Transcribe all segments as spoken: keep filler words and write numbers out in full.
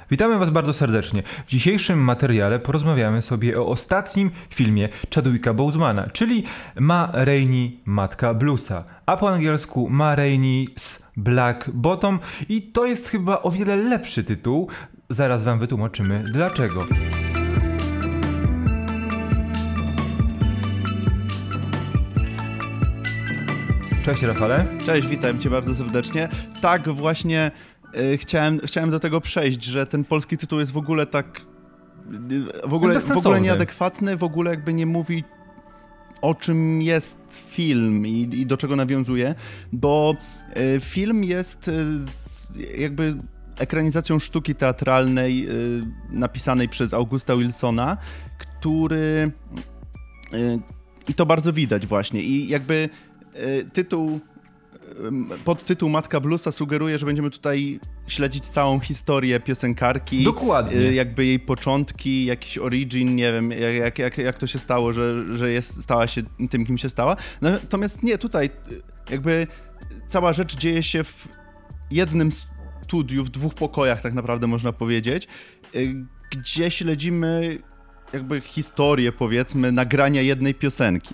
Witamy Was bardzo serdecznie. W dzisiejszym materiale porozmawiamy sobie o ostatnim filmie Chadwicka Bosemana, czyli Ma Rainey, Matka Bluesa, a po angielsku Ma Rainey's Black Bottom i to jest chyba o wiele lepszy tytuł. Zaraz Wam wytłumaczymy dlaczego. Cześć Rafale. Cześć, witam Cię bardzo serdecznie. Tak, właśnie y, chciałem, chciałem do tego przejść, że ten polski tytuł jest w ogóle tak... Y, w, ogóle, w ogóle nieadekwatny, w ogóle jakby nie mówi o czym jest film i, i do czego nawiązuje, bo y, film jest y, jakby ekranizacją sztuki teatralnej y, napisanej przez Augusta Wilsona, który... Y, i to bardzo widać właśnie i jakby tytuł, podtytuł Matka Bluesa sugeruje, że będziemy tutaj śledzić całą historię piosenkarki. Dokładnie. Jakby jej początki, jakiś origin, nie wiem, jak, jak, jak to się stało, że, że jest, stała się tym, kim się stała. Natomiast nie, tutaj jakby cała rzecz dzieje się w jednym studiu, w dwóch pokojach tak naprawdę można powiedzieć, gdzie śledzimy jakby historię, powiedzmy, nagrania jednej piosenki.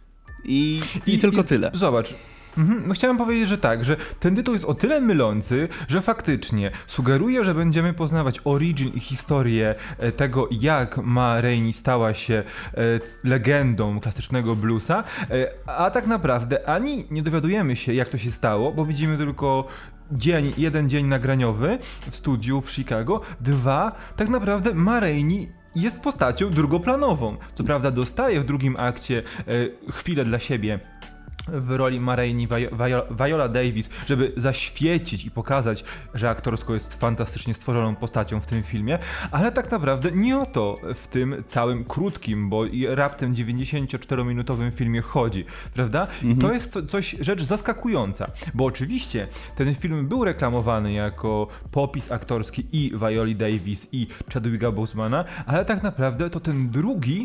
I, i, I tylko tyle. Zobacz. Mhm. No chciałem powiedzieć, że tak, że ten tytuł jest o tyle mylący, że faktycznie sugeruje, że będziemy poznawać origin i historię tego, jak Ma Rainey stała się e, legendą klasycznego bluesa, e, a tak naprawdę ani nie dowiadujemy się, jak to się stało, bo widzimy tylko dzień, jeden dzień nagraniowy w studiu w Chicago, dwa, tak naprawdę Ma Rainey jest postacią drugoplanową. Co prawda dostaje w drugim akcie e, chwilę dla siebie w roli Ma Rainey Viola Davis, żeby zaświecić i pokazać, że aktorsko jest fantastycznie stworzoną postacią w tym filmie, ale tak naprawdę nie o to w tym całym krótkim, bo i raptem dziewięćdziesięcioczterominutowym filmie chodzi, prawda? Mhm. I to jest coś, rzecz zaskakująca, bo oczywiście ten film był reklamowany jako popis aktorski i Violi Davis i Chadwicka Bosemana, ale tak naprawdę to ten drugi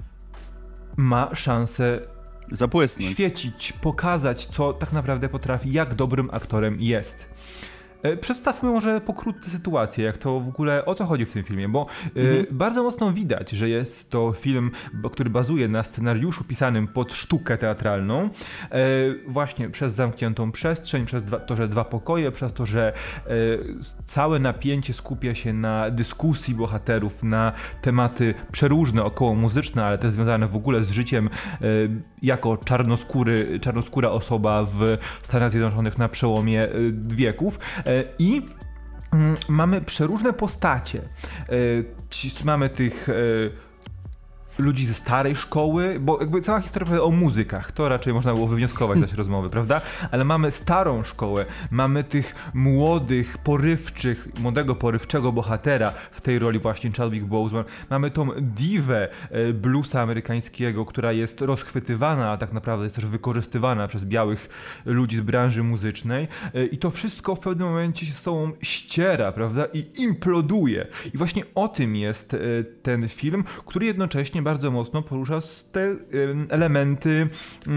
ma szansę zabłysnąć, świecić, pokazać, co tak naprawdę potrafi, jak dobrym aktorem jest. Przedstawmy może pokrótce sytuację, jak to w ogóle, o co chodzi w tym filmie, bo mhm. y, bardzo mocno widać, że jest to film, który bazuje na scenariuszu pisanym pod sztukę teatralną, y, właśnie przez zamkniętą przestrzeń, przez dwa, to, że dwa pokoje, przez to, że y, całe napięcie skupia się na dyskusji bohaterów, na tematy przeróżne, około muzyczne, ale też związane w ogóle z życiem y, jako czarnoskóry, czarnoskóra osoba w Stanach Zjednoczonych na przełomie y, wieków. I mm, mamy przeróżne postacie. Ci, mamy tych ludzi ze starej szkoły, bo jakby cała historia o muzykach, to raczej można było wywnioskować z naszej rozmowy, prawda? Ale mamy starą szkołę, mamy tych młodych, porywczych, młodego, porywczego bohatera w tej roli właśnie Chadwick Boseman. Mamy tą diwę bluesa amerykańskiego, która jest rozchwytywana, a tak naprawdę jest też wykorzystywana przez białych ludzi z branży muzycznej i to wszystko w pewnym momencie się z sobą ściera, prawda? I imploduje. I właśnie o tym jest ten film, który jednocześnie bardzo mocno porusza te elementy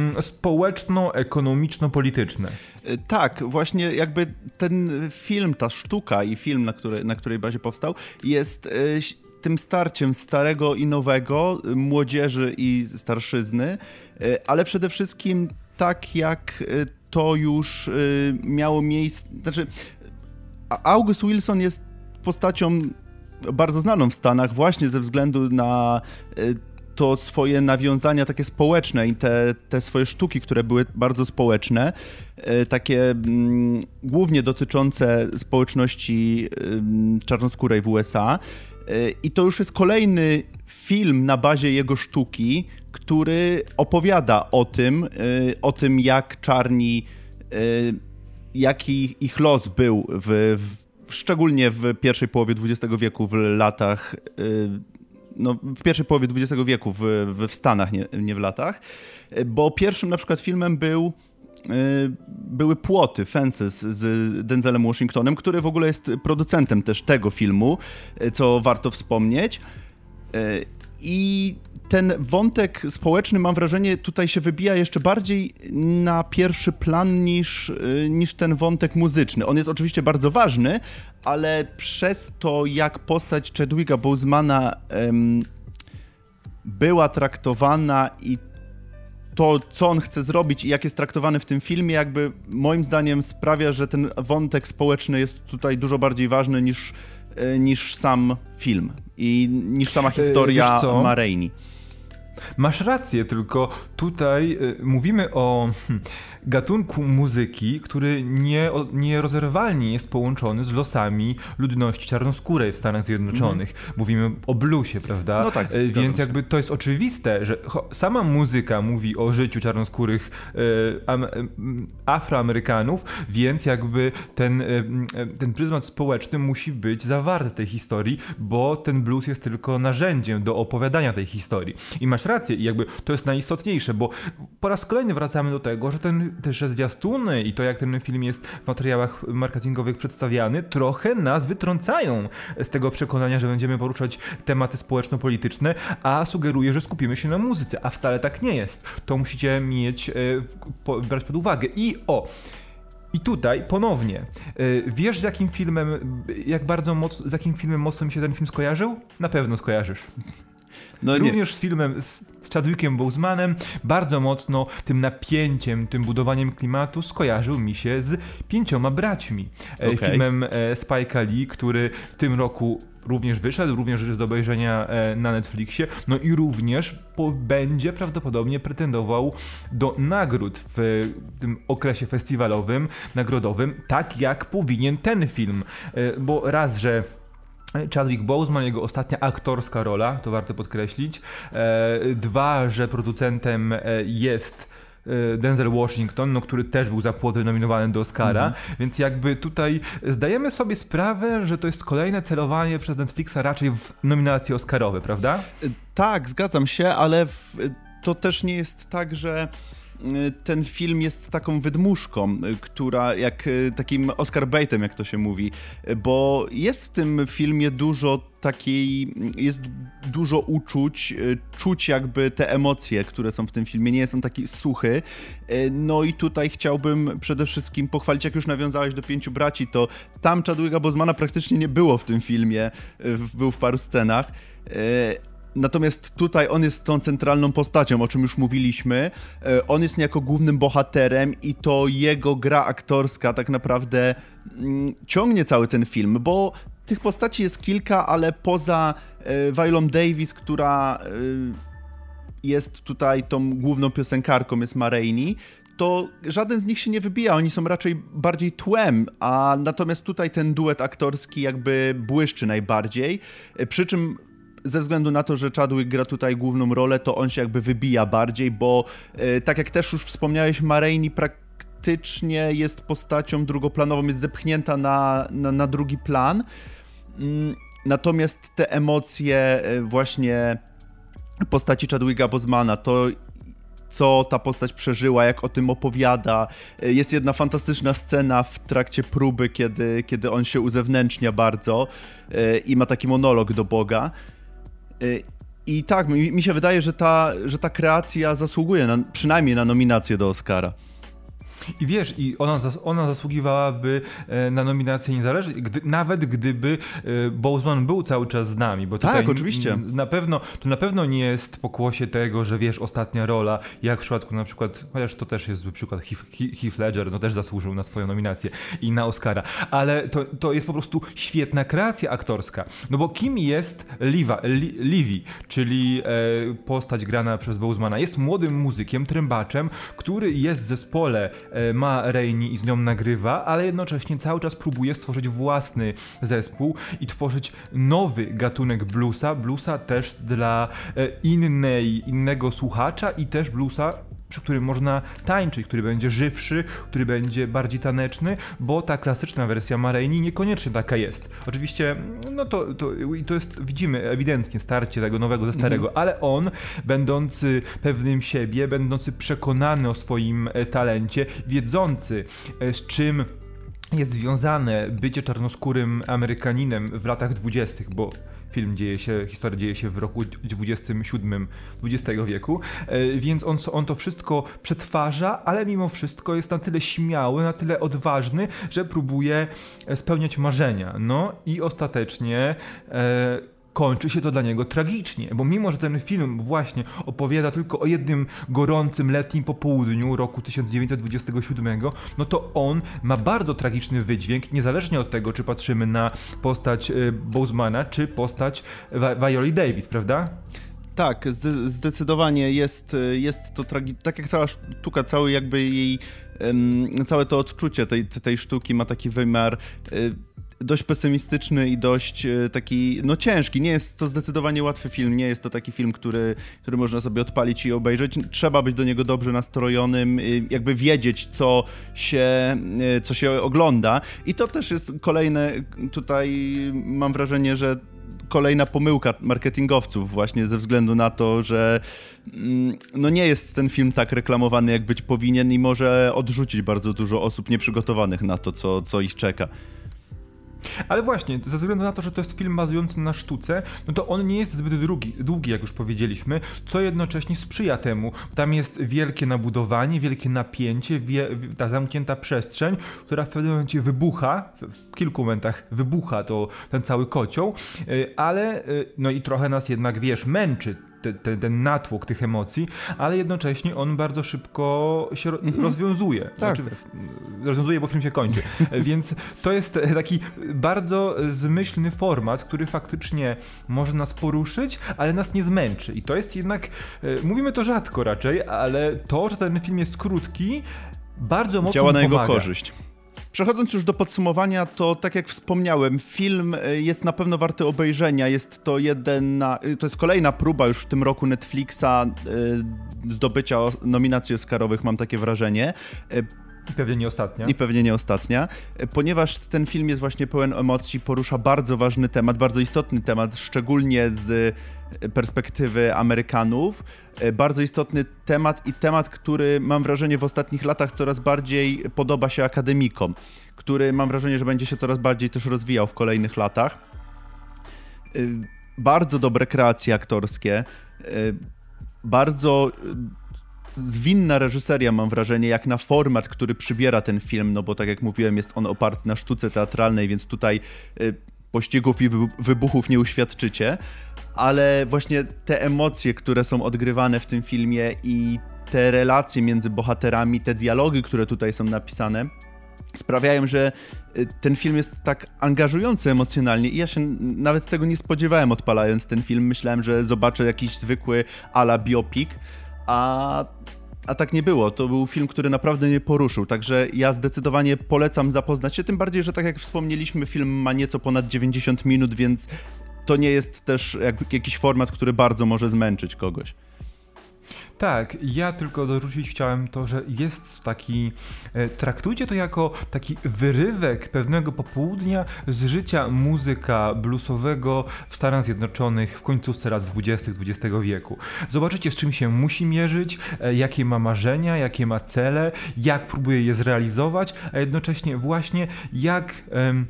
społeczno-ekonomiczno-polityczne. Tak, właśnie jakby ten film, ta sztuka i film, na, który, na której bazie powstał, jest tym starciem starego i nowego, młodzieży i starszyzny, ale przede wszystkim tak jak to już miało miejsce, znaczy August Wilson jest postacią bardzo znaną w Stanach właśnie ze względu na to swoje nawiązania takie społeczne i te, te swoje sztuki, które były bardzo społeczne, takie mm, głównie dotyczące społeczności mm, czarnoskórej w U S A. I to już jest kolejny film na bazie jego sztuki, który opowiada o tym, o tym jak czarni, jaki ich los był w, w szczególnie w pierwszej połowie dwudziestego wieku, w latach, no w pierwszej połowie dwudziestego wieku w, w Stanach, nie, nie w latach, bo pierwszym na przykład filmem był, były Płoty, Fences z Denzelem Washingtonem, który w ogóle jest producentem też tego filmu, co warto wspomnieć. I ten wątek społeczny, mam wrażenie, tutaj się wybija jeszcze bardziej na pierwszy plan niż, niż ten wątek muzyczny. On jest oczywiście bardzo ważny, ale przez to, jak postać Chadwicka Bosemana um, była traktowana i to, co on chce zrobić i jak jest traktowany w tym filmie, jakby moim zdaniem sprawia, że ten wątek społeczny jest tutaj dużo bardziej ważny niż, niż sam film i niż sama historia Ma Rainey. Masz rację, tylko tutaj y, mówimy o hm, gatunku muzyki, który nie, o, nierozerwalnie jest połączony z losami ludności czarnoskórej w Stanach Zjednoczonych. Mm. Mówimy o bluesie, prawda? No tak, y, Więc jakby to jest oczywiste, że cho, sama muzyka mówi o życiu czarnoskórych y, am, y, Afroamerykanów, więc jakby ten, y, ten pryzmat społeczny musi być zawarty w tej historii, bo ten blues jest tylko narzędziem do opowiadania tej historii. I masz rację i jakby to jest najistotniejsze, bo po raz kolejny wracamy do tego, że ten też zwiastuny i to, jak ten film jest w materiałach marketingowych przedstawiany, trochę nas wytrącają z tego przekonania, że będziemy poruszać tematy społeczno-polityczne, a sugeruje, że skupimy się na muzyce, a wcale tak nie jest. To musicie mieć, po, brać pod uwagę. I o! I tutaj ponownie, wiesz z jakim filmem, jak bardzo mocno, z jakim filmem mocno mi się ten film skojarzył? Na pewno skojarzysz. No Również z filmem z, z Chadwickiem Bosemanem bardzo mocno tym napięciem, tym budowaniem klimatu skojarzył mi się z Pięcioma Braćmi. Okay. Filmem e, Spike'a Lee, który w tym roku również wyszedł, również jest do obejrzenia e, na Netflixie, no i również po, będzie prawdopodobnie pretendował do nagród w, w tym okresie festiwalowym, nagrodowym, tak jak powinien ten film, e, bo raz, że Chadwick Boseman, jego ostatnia aktorska rola, to warto podkreślić. E, dwa, że producentem jest Denzel Washington, no, który też był za płoty nominowany do Oscara, mm-hmm. więc jakby tutaj zdajemy sobie sprawę, że to jest kolejne celowanie przez Netflixa raczej w nominacje oscarowe, prawda? Tak, zgadzam się, ale w, to też nie jest tak, że ten film jest taką wydmuszką, która jak takim Oscar baitem, jak to się mówi, bo jest w tym filmie dużo takiej, jest dużo uczuć, czuć jakby te emocje, które są w tym filmie, nie jest on taki suchy. No i tutaj chciałbym przede wszystkim pochwalić, jak już nawiązałeś do Pięciu Braci, to tam Chadwicka Bosemana praktycznie nie było w tym filmie, był w paru scenach. Natomiast tutaj on jest tą centralną postacią, o czym już mówiliśmy. On jest niejako głównym bohaterem i to jego gra aktorska tak naprawdę mm, ciągnie cały ten film, bo tych postaci jest kilka, ale poza e, Violą Davis, która e, jest tutaj tą główną piosenkarką, jest Ma Rainey, to żaden z nich się nie wybija, oni są raczej bardziej tłem, a natomiast tutaj ten duet aktorski jakby błyszczy najbardziej, przy czym ze względu na to, że Chadwick gra tutaj główną rolę, to on się jakby wybija bardziej, bo e, tak jak też już wspomniałeś, Ma Rainey praktycznie jest postacią drugoplanową, jest zepchnięta na, na, na drugi plan. Mm, natomiast te emocje e, właśnie postaci Chadwicka Bosemana, to co ta postać przeżyła, jak o tym opowiada. Jest jedna fantastyczna scena w trakcie próby, kiedy, kiedy on się uzewnętrznia bardzo e, i ma taki monolog do Boga. I tak, mi, mi się wydaje, że ta, że ta kreacja zasługuje na, przynajmniej na nominację do Oscara. I wiesz, i ona, zas- ona zasługiwałaby e, na nominację niezależnie, gdy, nawet gdyby e, Boseman był cały czas z nami. Bo tak, tutaj oczywiście. N- na pewno, to na pewno nie jest pokłosie tego, że wiesz, ostatnia rola, jak w przypadku na przykład, chociaż to też jest zły przykład, Heath, Heath Ledger, no też zasłużył na swoją nominację i na Oscara, ale to, to jest po prostu świetna kreacja aktorska. No bo kim jest Liva, Li, Livy, czyli e, postać grana przez Bosemana? Jest młodym muzykiem, trębaczem, który jest w zespole Ma Rainey i z nią nagrywa, ale jednocześnie cały czas próbuje stworzyć własny zespół i tworzyć nowy gatunek bluesa, bluesa też dla innej, innego słuchacza i też bluesa, przy którym można tańczyć, który będzie żywszy, który będzie bardziej taneczny, bo ta klasyczna wersja Ma Rainey niekoniecznie taka jest. Oczywiście, no to, to, to jest, widzimy ewidentnie starcie tego nowego ze starego, mm. ale on, będący pewnym siebie, będący przekonany o swoim talencie, wiedzący z czym jest związane bycie czarnoskórym Amerykaninem w latach dwudziestych, bo film dzieje się, historia dzieje się w roku dwudziestym siódmym dwudziestego wieku, więc on, on to wszystko przetwarza, ale mimo wszystko jest na tyle śmiały, na tyle odważny, że próbuje spełniać marzenia. No i ostatecznie e, kończy się to dla niego tragicznie, bo mimo, że ten film właśnie opowiada tylko o jednym gorącym letnim popołudniu roku tysiąc dziewięćset dwudziestego siódmego, no to on ma bardzo tragiczny wydźwięk, niezależnie od tego, czy patrzymy na postać Bosemana, czy postać Violi Davis, prawda? Tak, zde- zdecydowanie jest, jest to tragiczne, tak jak cała sztuka, cały jakby jej, um, całe to odczucie tej, tej sztuki ma taki wymiar y- dość pesymistyczny i dość taki, no ciężki. Nie jest to zdecydowanie łatwy film, nie jest to taki film, który, który można sobie odpalić i obejrzeć. Trzeba być do niego dobrze nastrojonym, jakby wiedzieć, co się, co się ogląda. I to też jest kolejne, tutaj mam wrażenie, że kolejna pomyłka marketingowców właśnie ze względu na to, że no nie jest ten film tak reklamowany, jak być powinien i może odrzucić bardzo dużo osób nieprzygotowanych na to, co, co ich czeka. Ale właśnie, ze względu na to, że to jest film bazujący na sztuce, no to on nie jest zbyt długi, długi, jak już powiedzieliśmy, co jednocześnie sprzyja temu. Tam jest wielkie nabudowanie, wielkie napięcie, wie, ta zamknięta przestrzeń, która w pewnym momencie wybucha, w kilku momentach wybucha to ten cały kocioł, ale no i trochę nas jednak, wiesz, męczy te, te, ten natłok tych emocji, ale jednocześnie on bardzo szybko się ro- mm-hmm. rozwiązuje. Tak. Znaczy, w, rozwiązuje, bo film się kończy. Więc to jest taki bardzo zmyślny format, który faktycznie może nas poruszyć, ale nas nie zmęczy. I to jest jednak, mówimy to rzadko raczej, ale to, że ten film jest krótki, bardzo mocno działa na pomaga. jego korzyść. Przechodząc już do podsumowania, to tak jak wspomniałem, film jest na pewno warty obejrzenia. Jest to jedna, to jest kolejna próba już w tym roku Netflixa zdobycia nominacji oscarowych, mam takie wrażenie. I pewnie nie ostatnia. I pewnie nie ostatnia, ponieważ ten film jest właśnie pełen emocji, porusza bardzo ważny temat, bardzo istotny temat, szczególnie z perspektywy Amerykanów. Bardzo istotny temat i temat, który mam wrażenie w ostatnich latach coraz bardziej podoba się akademikom, który mam wrażenie, że będzie się coraz bardziej też rozwijał w kolejnych latach. Bardzo dobre kreacje aktorskie, bardzo zwinna reżyseria, mam wrażenie, jak na format, który przybiera ten film, no bo tak jak mówiłem, jest on oparty na sztuce teatralnej, więc tutaj pościgów i wybuchów nie uświadczycie, ale właśnie te emocje, które są odgrywane w tym filmie i te relacje między bohaterami, te dialogi, które tutaj są napisane, sprawiają, że ten film jest tak angażujący emocjonalnie i ja się nawet tego nie spodziewałem, odpalając ten film. Myślałem, że zobaczę jakiś zwykły a la biopic, a, a tak nie było. To był film, który naprawdę mnie poruszył, także ja zdecydowanie polecam zapoznać się, tym bardziej, że tak jak wspomnieliśmy, film ma nieco ponad dziewięćdziesiąt minut, więc to nie jest też jak, jakiś format, który bardzo może zmęczyć kogoś. Tak, ja tylko dorzucić chciałem to, że jest taki, e, traktujcie to jako taki wyrywek pewnego popołudnia z życia muzyka bluesowego w Stanach Zjednoczonych w końcówce lat dwudziestych dwudziestego wieku. Zobaczycie, z czym się musi mierzyć, e, jakie ma marzenia, jakie ma cele, jak próbuje je zrealizować, a jednocześnie właśnie jak... E,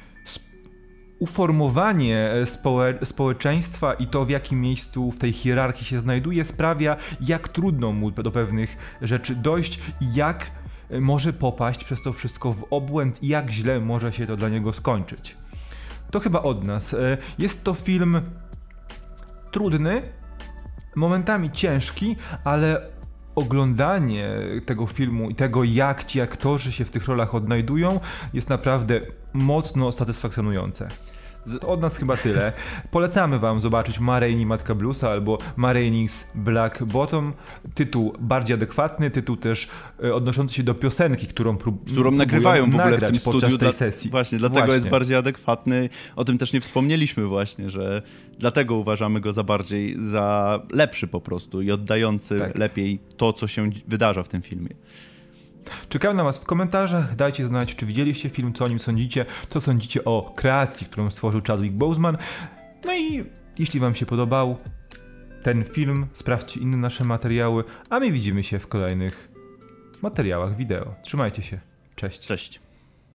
uformowanie społe- społeczeństwa i to, w jakim miejscu w tej hierarchii się znajduje, sprawia, jak trudno mu do pewnych rzeczy dojść i jak może popaść przez to wszystko w obłęd i jak źle może się to dla niego skończyć. To chyba od nas. Jest to film trudny, momentami ciężki, ale oglądanie tego filmu i tego, jak ci aktorzy się w tych rolach odnajdują, jest naprawdę mocno satysfakcjonujące. To od nas chyba tyle. Polecamy wam zobaczyć Ma Rainey, Matka Bluesa albo Ma Rainey's Black Bottom. Tytuł bardziej adekwatny, tytuł też e, odnoszący się do piosenki, którą, prób- którą nagrywają w ogóle w tym podczas studiu. tej Dla, sesji. Właśnie, dlatego właśnie. Jest bardziej adekwatny. O tym też nie wspomnieliśmy właśnie, że dlatego uważamy go za bardziej, za lepszy po prostu i oddający tak. lepiej to, co się wydarza w tym filmie. Czekam na was w komentarzach, dajcie znać, czy widzieliście film, co o nim sądzicie, co sądzicie o kreacji, którą stworzył Chadwick Boseman. No i jeśli wam się podobał ten film, sprawdźcie inne nasze materiały, a my widzimy się w kolejnych materiałach wideo. Trzymajcie się, cześć. Cześć.